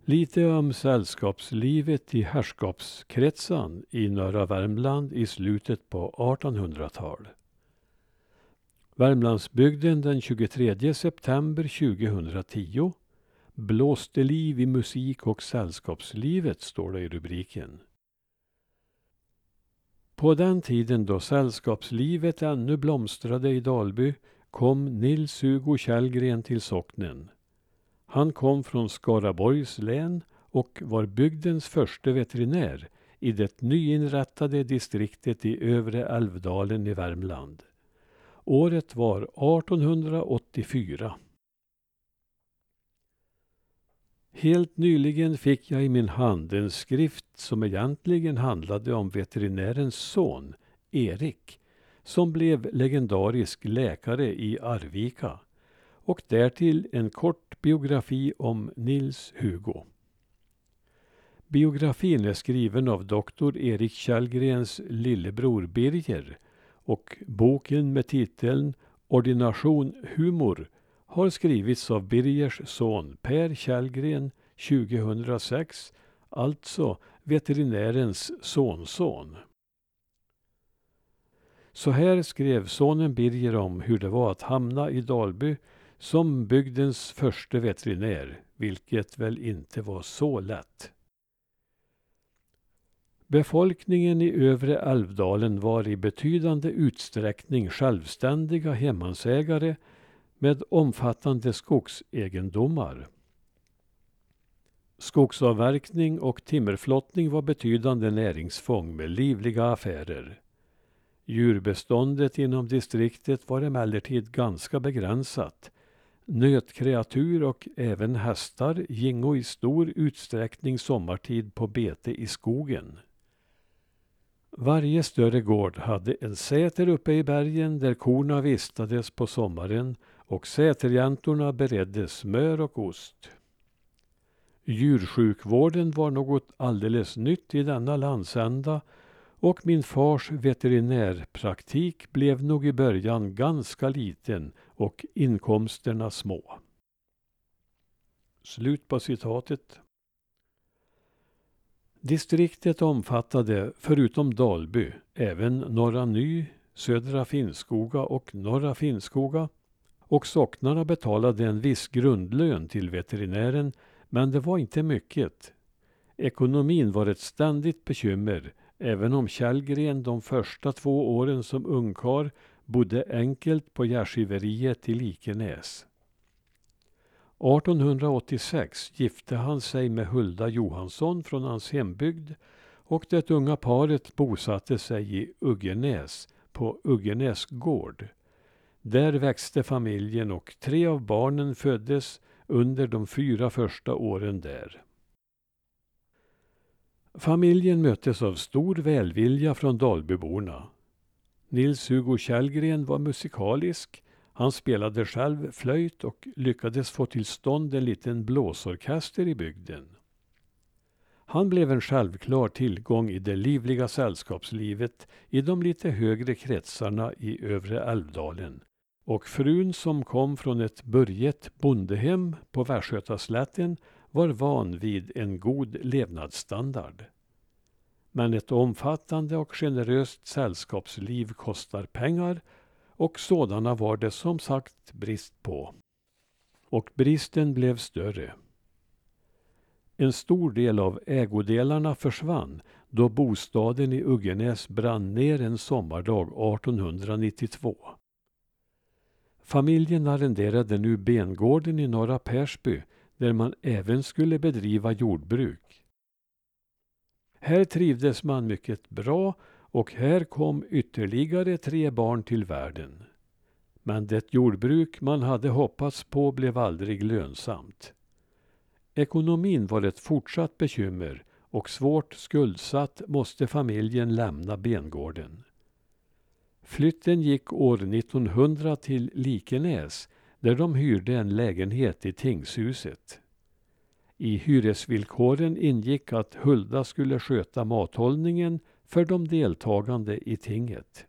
Lite om sällskapslivet i herrskapskretsan i norra Värmland i slutet på 1800-tal. Värmlandsbygden den 23 september 2010. Blåste liv i musik- och sällskapslivet, står det i rubriken. På den tiden då sällskapslivet ännu blomstrade i Dalby kom Nils-Hugo Källgren till socknen. Han kom från Skaraborgs län och var bygdens första veterinär i det nyinrättade distriktet i Övre Älvdalen i Värmland. Året var 1884. Helt nyligen fick jag i min hand en skrift som egentligen handlade om veterinärens son, Erik, som blev legendarisk läkare i Arvika, och därtill en kort biografi om Nils-Hugo. Biografin är skriven av doktor Erik Källgrens lillebror Birger och boken med titeln Ordination humor har skrivits av Birgers son Per Källgren 2006, alltså veterinärens sonson. Så här skrev sonen Birger om hur det var att hamna i Dalby som bygdens första veterinär, vilket väl inte var så lätt. Befolkningen i Övre Älvdalen var i betydande utsträckning självständiga hemmansägare med omfattande skogsegendomar. Skogsavverkning och timmerflottning var betydande näringsfång med livliga affärer. Djurbeståndet inom distriktet var emellertid ganska begränsat. Nötkreatur och även hästar gingo i stor utsträckning sommartid på bete i skogen. Varje större gård hade en säter uppe i bergen där korna vistades på sommaren och säterjäntorna beredde smör och ost. Djursjukvården var något alldeles nytt i denna landsända och min fars veterinärpraktik blev nog i början ganska liten och inkomsterna små. Slut på citatet. Distriktet omfattade, förutom Dalby, även Norra Ny, Södra Finnskoga och Norra Finnskoga, och socknarna betalade en viss grundlön till veterinären, men det var inte mycket. Ekonomin var ett ständigt bekymmer, även om Källgren de första 2 åren som ungkarl bodde enkelt på gärdsgiveriet i Likenäs. 1886 gifte han sig med Hulda Johansson från hans hembygd och det unga paret bosatte sig i Uggenäs på Uggenäs gård. Där växte familjen och 3 av barnen föddes under de 4 första åren där. Familjen möttes av stor välvilja från Dalbyborna. Nils-Hugo Källgren var musikalisk. Han spelade själv flöjt och lyckades få till stånd en liten blåsorkester i bygden. Han blev en självklar tillgång i det livliga sällskapslivet i de lite högre kretsarna i Övre Älvdalen. Och frun som kom från ett börjet bondehem på Västgötaslätten var van vid en god levnadsstandard. Men ett omfattande och generöst sällskapsliv kostar pengar och sådana var det som sagt brist på. Och bristen blev större. En stor del av ägodelarna försvann då bostaden i Uggenäs brann ner en sommardag 1892. Familjen arrenderade nu bengården i Norra Persby där man även skulle bedriva jordbruk. Här trivdes man mycket bra och här kom ytterligare 3 barn till världen. Men det jordbruk man hade hoppats på blev aldrig lönsamt. Ekonomin var ett fortsatt bekymmer och svårt skuldsatt måste familjen lämna bengården. Flytten gick år 1900 till Likenäs där de hyrde en lägenhet i tingshuset. I hyresvillkoren ingick att Hulda skulle sköta mathållningen för de deltagande i tinget.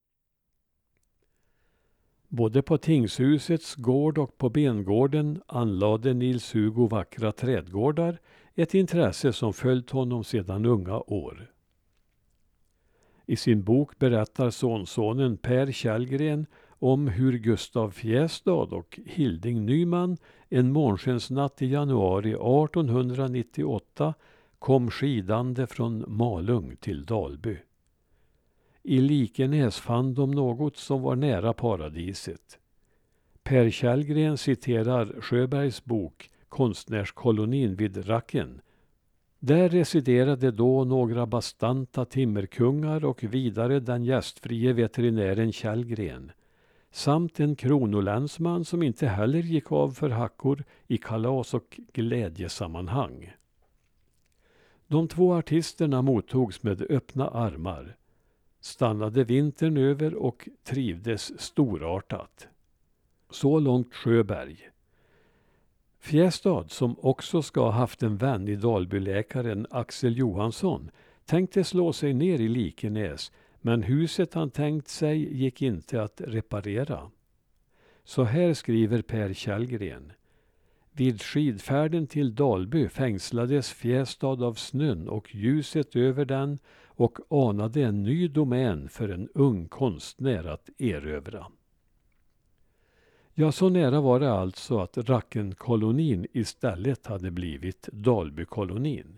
Både på tingshusets gård och på bengården anlade Nils-Hugo vackra trädgårdar, Ett intresse som följt honom sedan unga år. I sin bok berättar sonsonen Per Källgren om hur Gustav Fjästad och Hilding Nyman en månskensnatt i januari 1898 kom skidande från Malung till Dalby. I Likenäs fann de något som var nära paradiset. Per Källgren citerar Sjöbergs bok Konstnärskolonin vid Racken. Där residerade då några bastanta timmerkungar och vidare den gästfrie veterinären Källgren, samt en kronolänsman som inte heller gick av för hackor i kalas- och glädjesammanhang. De två artisterna mottogs med öppna armar, stannade vintern över och trivdes storartat. Så långt Sjöberg. Fjästad, som också ska ha haft en vän i Dalbyläkaren Axel Johansson, tänkte slå sig ner i Likenäs, men huset han tänkt sig gick inte att reparera. Så här skriver Per Källgren. Vid skidfärden till Dalby fängslades Fjästad av snön och ljuset över den och anade en ny domän för en ung konstnär att erövra. Ja, så nära var det alltså att Rackenkolonin istället hade blivit Dalbykolonin.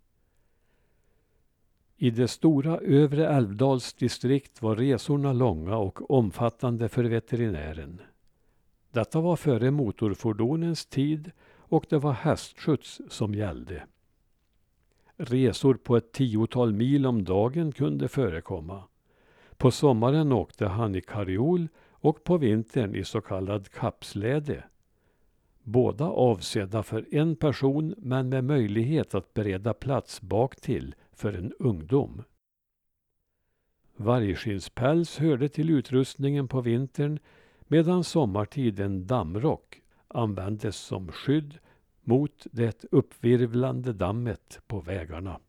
I det stora övre Älvdals distrikt var resorna långa och omfattande för veterinären. Detta var före motorfordonens tid och det var hästskjuts som gällde. Resor på ett 10-tal mil om dagen kunde förekomma. På sommaren åkte han i kariol och på vintern i så kallad kappsläde. Båda avsedda för en person men med möjlighet att bereda plats bak till för en ungdom. Vargskinnspäls hörde till utrustningen på vintern medan sommartid en dammrock användes som skydd mot det uppvirvlande dammet på vägarna.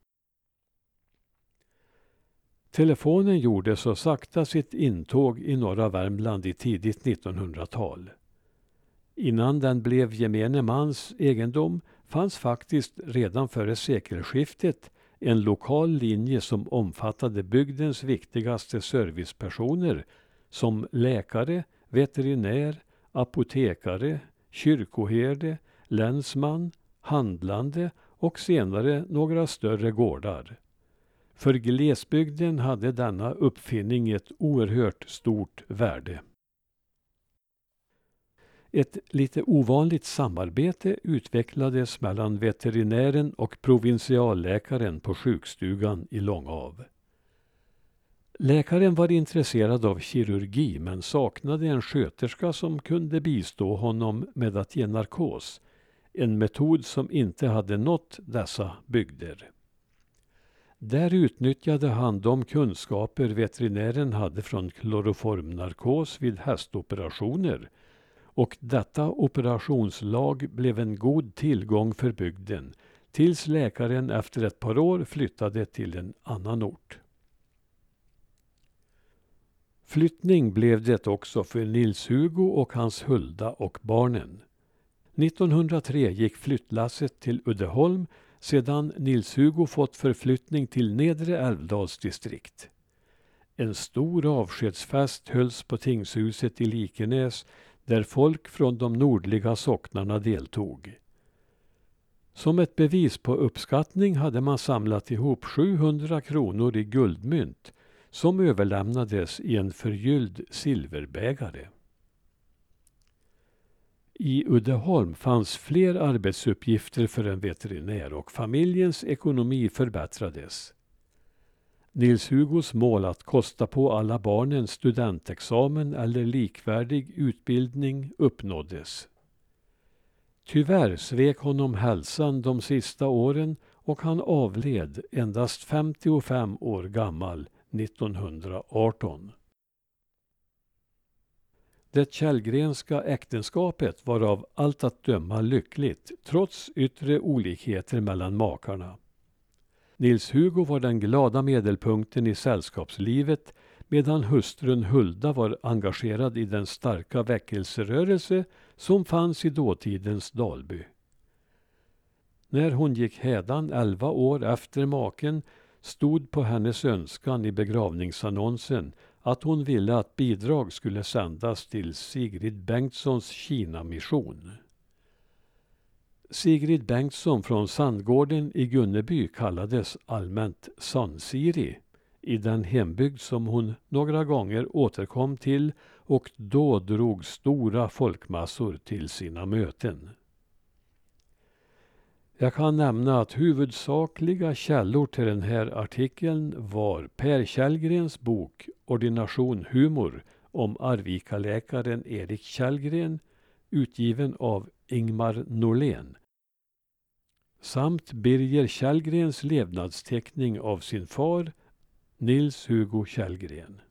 Telefonen gjorde så sakta sitt intåg i norra Värmland i tidigt 1900-tal. Innan den blev gemene mans egendom fanns faktiskt redan före sekelskiftet en lokal linje som omfattade bygdens viktigaste servicepersoner som läkare, veterinär, apotekare, kyrkoherde, länsman, handlande och senare några större gårdar. För glesbygden hade denna uppfinning ett oerhört stort värde. Ett lite ovanligt samarbete utvecklades mellan veterinären och provinsialläkaren på sjukstugan i Långav. Läkaren var intresserad av kirurgi men saknade en sköterska som kunde bistå honom med att ge narkos, en metod som inte hade nått dessa bygder. Där utnyttjade han de kunskaper veterinären hade från kloroformnarkos vid hästoperationer och detta operationslag blev en god tillgång för bygden tills läkaren efter ett par år flyttade till en annan ort. Flyttning blev det också för Nils-Hugo och hans Hulda och barnen. 1903 gick flyttlasset till Uddeholm sedan Nils-Hugo fått förflyttning till Nedre Älvdals distrikt. En stor avskedsfest hölls på tingshuset i Likenäs där folk från de nordliga socknarna deltog. Som ett bevis på uppskattning hade man samlat ihop 700 kronor i guldmynt som överlämnades i en förgylld silverbägare. I Uddeholm fanns fler arbetsuppgifter för en veterinär och familjens ekonomi förbättrades. Nils-Hugos mål att kosta på alla barnen studentexamen eller likvärdig utbildning uppnåddes. Tyvärr svek honom hälsan de sista åren och han avled endast 55 år gammal 1918. Det Källgrenska äktenskapet var av allt att döma lyckligt, trots yttre olikheter mellan makarna. Nils-Hugo var den glada medelpunkten i sällskapslivet medan hustrun Hulda var engagerad i den starka väckelserörelse som fanns i dåtidens Dalby. När hon gick hädan 11 år efter maken stod på hennes önskan i begravningsannonsen att hon ville att bidrag skulle sändas till Sigrid Bengtssons Kina-mission. Sigrid Bengtsson från Sandgården i Gunneby kallades allmänt San-Siri i den hembygd som hon några gånger återkom till och då drog stora folkmassor till sina möten. Jag kan nämna att huvudsakliga källor till den här artikeln var Per Källgrens bok Ordination humor om Arvika-läkaren Erik Källgren, utgiven av Ingmar Norlén, samt Birger Källgrens levnadsteckning av sin far Nils Hugo Källgren.